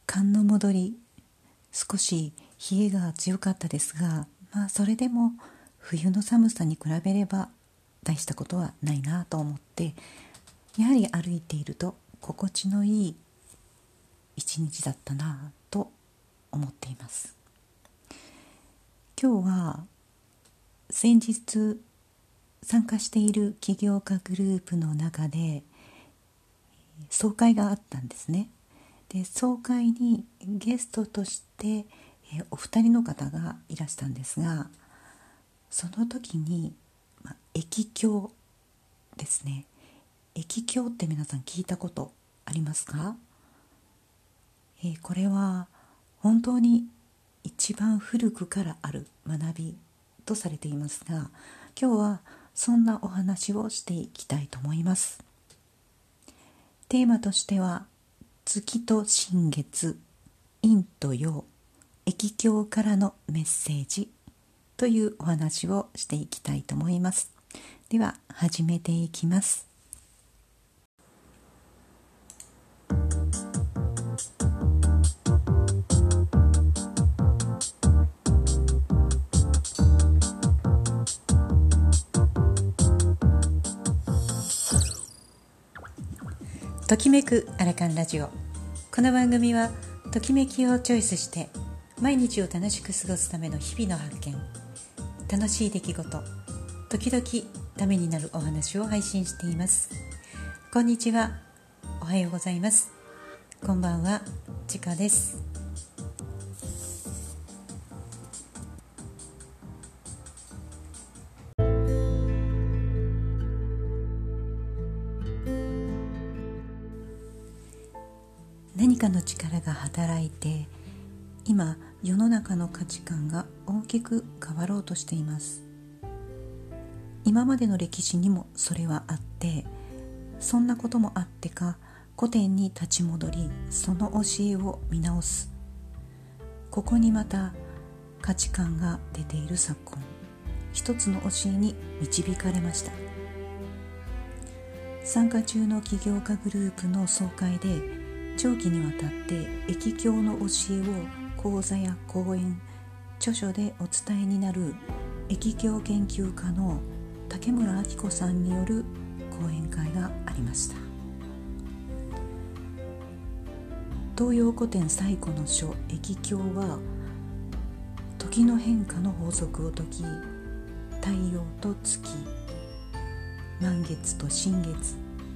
寒の戻り、少し冷えが強かったですが、それでも冬の寒さに比べれば大したことはないなと思って、やはり歩いていると心地のいい一日だったなと思っています。今日は先日参加している起業家グループの中で総会があったんですね。で、総会にゲストとしてお二人の方がいらしたんですが、その時に、疫教ですね。疫教って皆さん聞いたことありますか？これは本当に一番古くからある学びとされていますが、今日はそんなお話をしていきたいと思います。テーマとしては、月と新月、陰と陽、疫教からのメッセージというお話をしていきたいと思います。では始めていきます。ときめくアラカンラジオ。この番組はときめきをチョイスして毎日を楽しく過ごすための日々の発見、楽しい出来事、時々ためになるお話を配信しています。こんにちは、おはようございます、こんばんは、ちかです。何かの力が働いて、今世の中の価値観が大きく変わろうとしています。今までの歴史にもそれはあって、そんなこともあってか古典に立ち戻り、その教えを見直す。ここにまた価値観が出ている昨今、一つの教えに導かれました。参加中の起業家グループの総会で、長期にわたって疫教の教えを講座や講演、著書でお伝えになる疫教研究家の竹村明子さんによる講演会がありました。東洋古典最古の書疫教は、時の変化の法則を説き、太陽と月、満月と新月、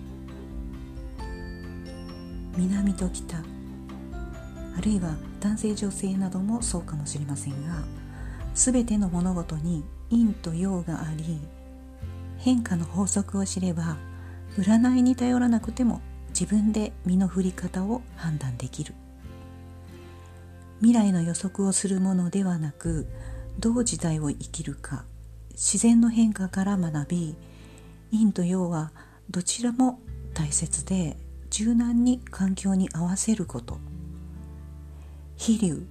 南と北、あるいは男性女性などもそうかもしれませんが、すべての物事に陰と陽があり、変化の法則を知れば占いに頼らなくても自分で身の振り方を判断できる。未来の予測をするものではなく、どう時代を生きるか、自然の変化から学び、陰と陽はどちらも大切で、柔軟に環境に合わせること。飛竜、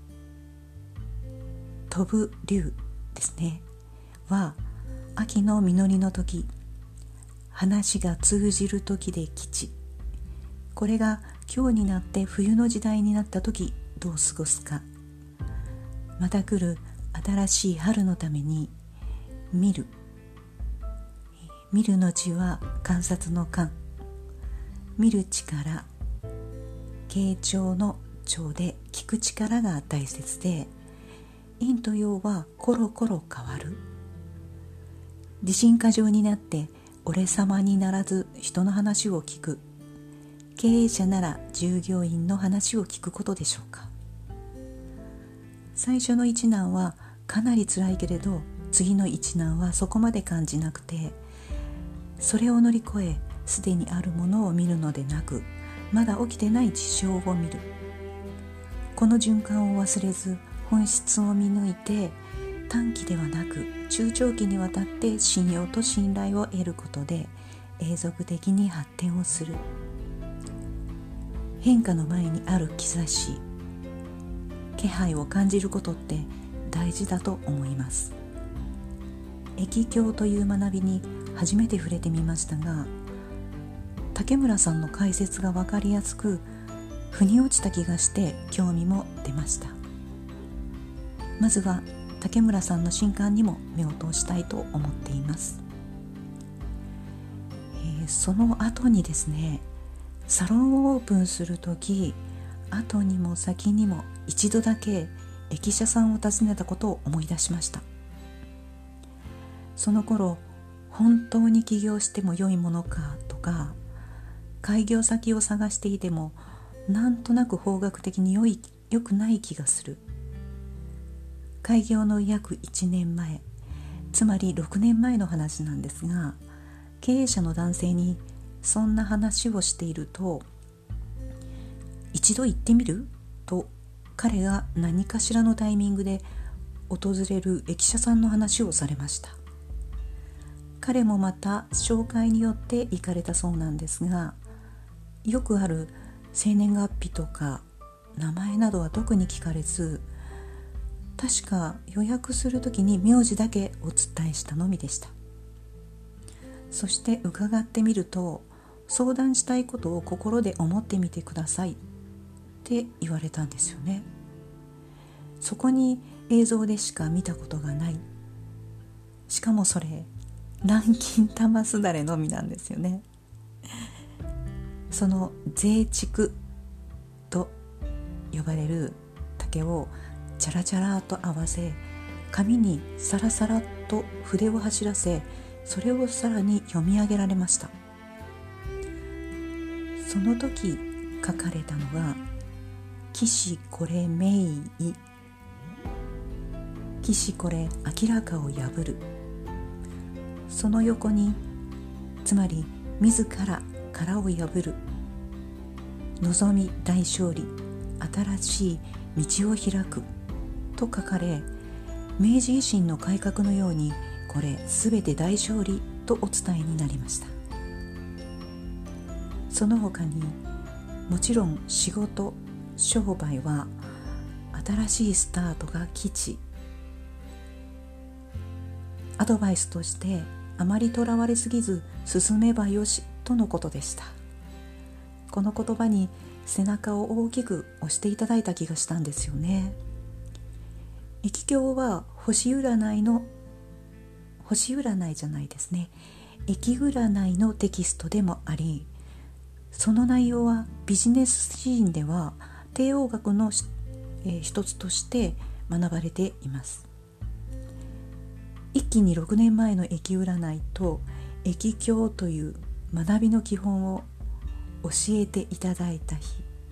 飛ぶ竜ですね、は秋の実りの時、話が通じる時で吉。これが今日になって冬の時代になった時、どう過ごすか。また来る新しい春のために見る。見るの字は観察の観、見る力、傾聴の聴で聞く力が大切で、陰と陽はコロコロ変わる。自信過剰になって俺様にならず人の話を聞く。経営者なら従業員の話を聞くことでしょうか。最初の一難はかなり辛いけれど、次の一難はそこまで感じなくて、それを乗り越え、すでにあるものを見るのでなく、まだ起きてない事象を見る。この循環を忘れず、本質を見抜いて、短期ではなく中長期にわたって信用と信頼を得ることで永続的に発展をする。変化の前にある兆し、気配を感じることって大事だと思います。疫教という学びに初めて触れてみましたが、竹村さんの解説が分かりやすく、 腑に落ちた気がして興味も出ました。まずは竹村さんの新刊にも目を通したいと思っています。その後にですね、サロンをオープンするとき、後にも先にも一度だけ駅舎さんを訪ねたことを思い出しました。その頃、本当に起業しても良いものかとか、開業先を探していてもなんとなく方角的に良くない気がする。開業の約1年前、つまり6年前の話なんですが、経営者の男性にそんな話をしていると、一度行ってみると彼が何かしらのタイミングで訪れる駅舎さんの話をされました。彼もまた紹介によって行かれたそうなんですが、よくある生年月日とか名前などは特に聞かれず、確か予約するときに名字だけお伝えしたのみでした。そして伺ってみると、相談したいことを心で思ってみてくださいって言われたんですよね。そこに映像でしか見たことがない。しかもそれ南京玉すだれのみなんですよね。その税竹と呼ばれる竹をチャラチャラと合わせ、紙にサラサラと筆を走らせ、それをさらに読み上げられました。その時書かれたのが、岸これ名医、岸これ明らかを破る。その横に、つまり自ら殻を破る、望み大勝利、新しい道を開くと書かれ、明治維新の改革のように、これすべて大勝利とお伝えになりました。その他に、もちろん仕事、商売は新しいスタートが吉。アドバイスとして、あまりとらわれすぎず進めばよしとのことでした。この言葉に背中を大きく押していただいた気がしたんですよね。駅経は星占いじゃないですね。駅占いのテキストでもあり、その内容はビジネスシーンでは帝王学の一つとして学ばれています。一気に6年前の駅占いと駅経という学びの基本を教えていただいた日、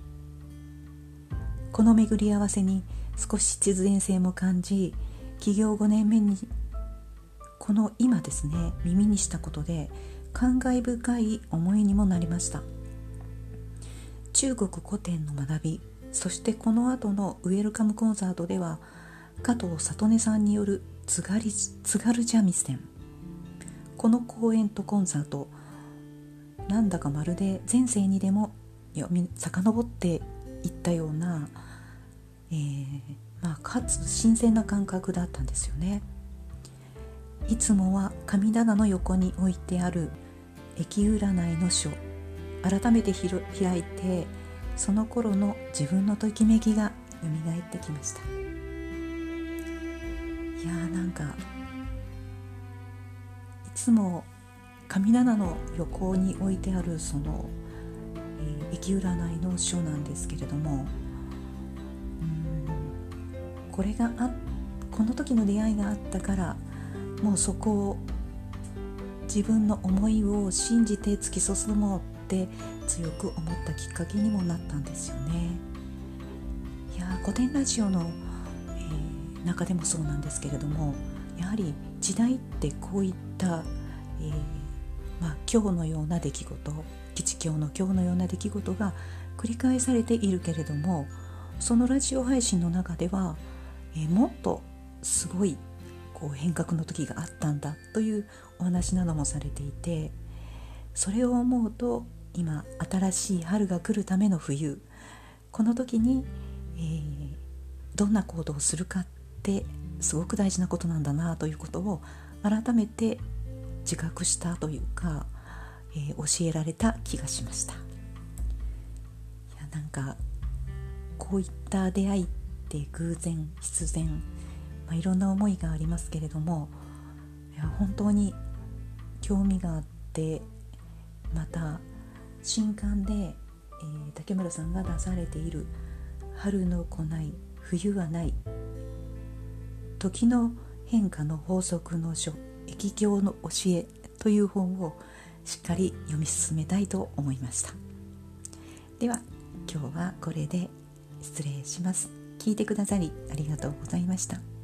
この巡り合わせに少し必然性も感じ、起業5年目にこの今ですね、耳にしたことで感慨深い思いにもなりました。中国古典の学び、そしてこの後のウェルカムコンサートでは、加藤里音さんによる津軽三味線、この公演とコンサート、なんだかまるで前世にでも遡っていったような、かつ新鮮な感覚だったんですよね。いつもは神棚の横に置いてある駅占いの書、改めて開いて、その頃の自分のときめきが蘇ってきました。いやー、なんかいつも神棚の横に置いてあるその、駅占いの書なんですけれども、この時の出会いがあったから、もうそこを自分の思いを信じて突き進もうって強く思ったきっかけにもなったんですよね。いや、古典ラジオの、中でもそうなんですけれども、やはり時代ってこういった、今日のような出来事、吉凶の今日のような出来事が繰り返されているけれども、そのラジオ配信の中では、もっとすごい変革の時があったんだというお話などもされていて、それを思うと今新しい春が来るための冬、この時に、どんな行動をするかってすごく大事なことなんだなということを改めて自覚したというか、教えられた気がしました。いや、 なんかこういった出会いって偶然必然、いろんな思いがありますけれども、本当に興味があって、また新刊で、竹村さんが出されている春の来ない冬はない時の変化の法則の書易経の教えという本をしっかり読み進めたいと思いました。では今日はこれで失礼します。聞いてくださりありがとうございました。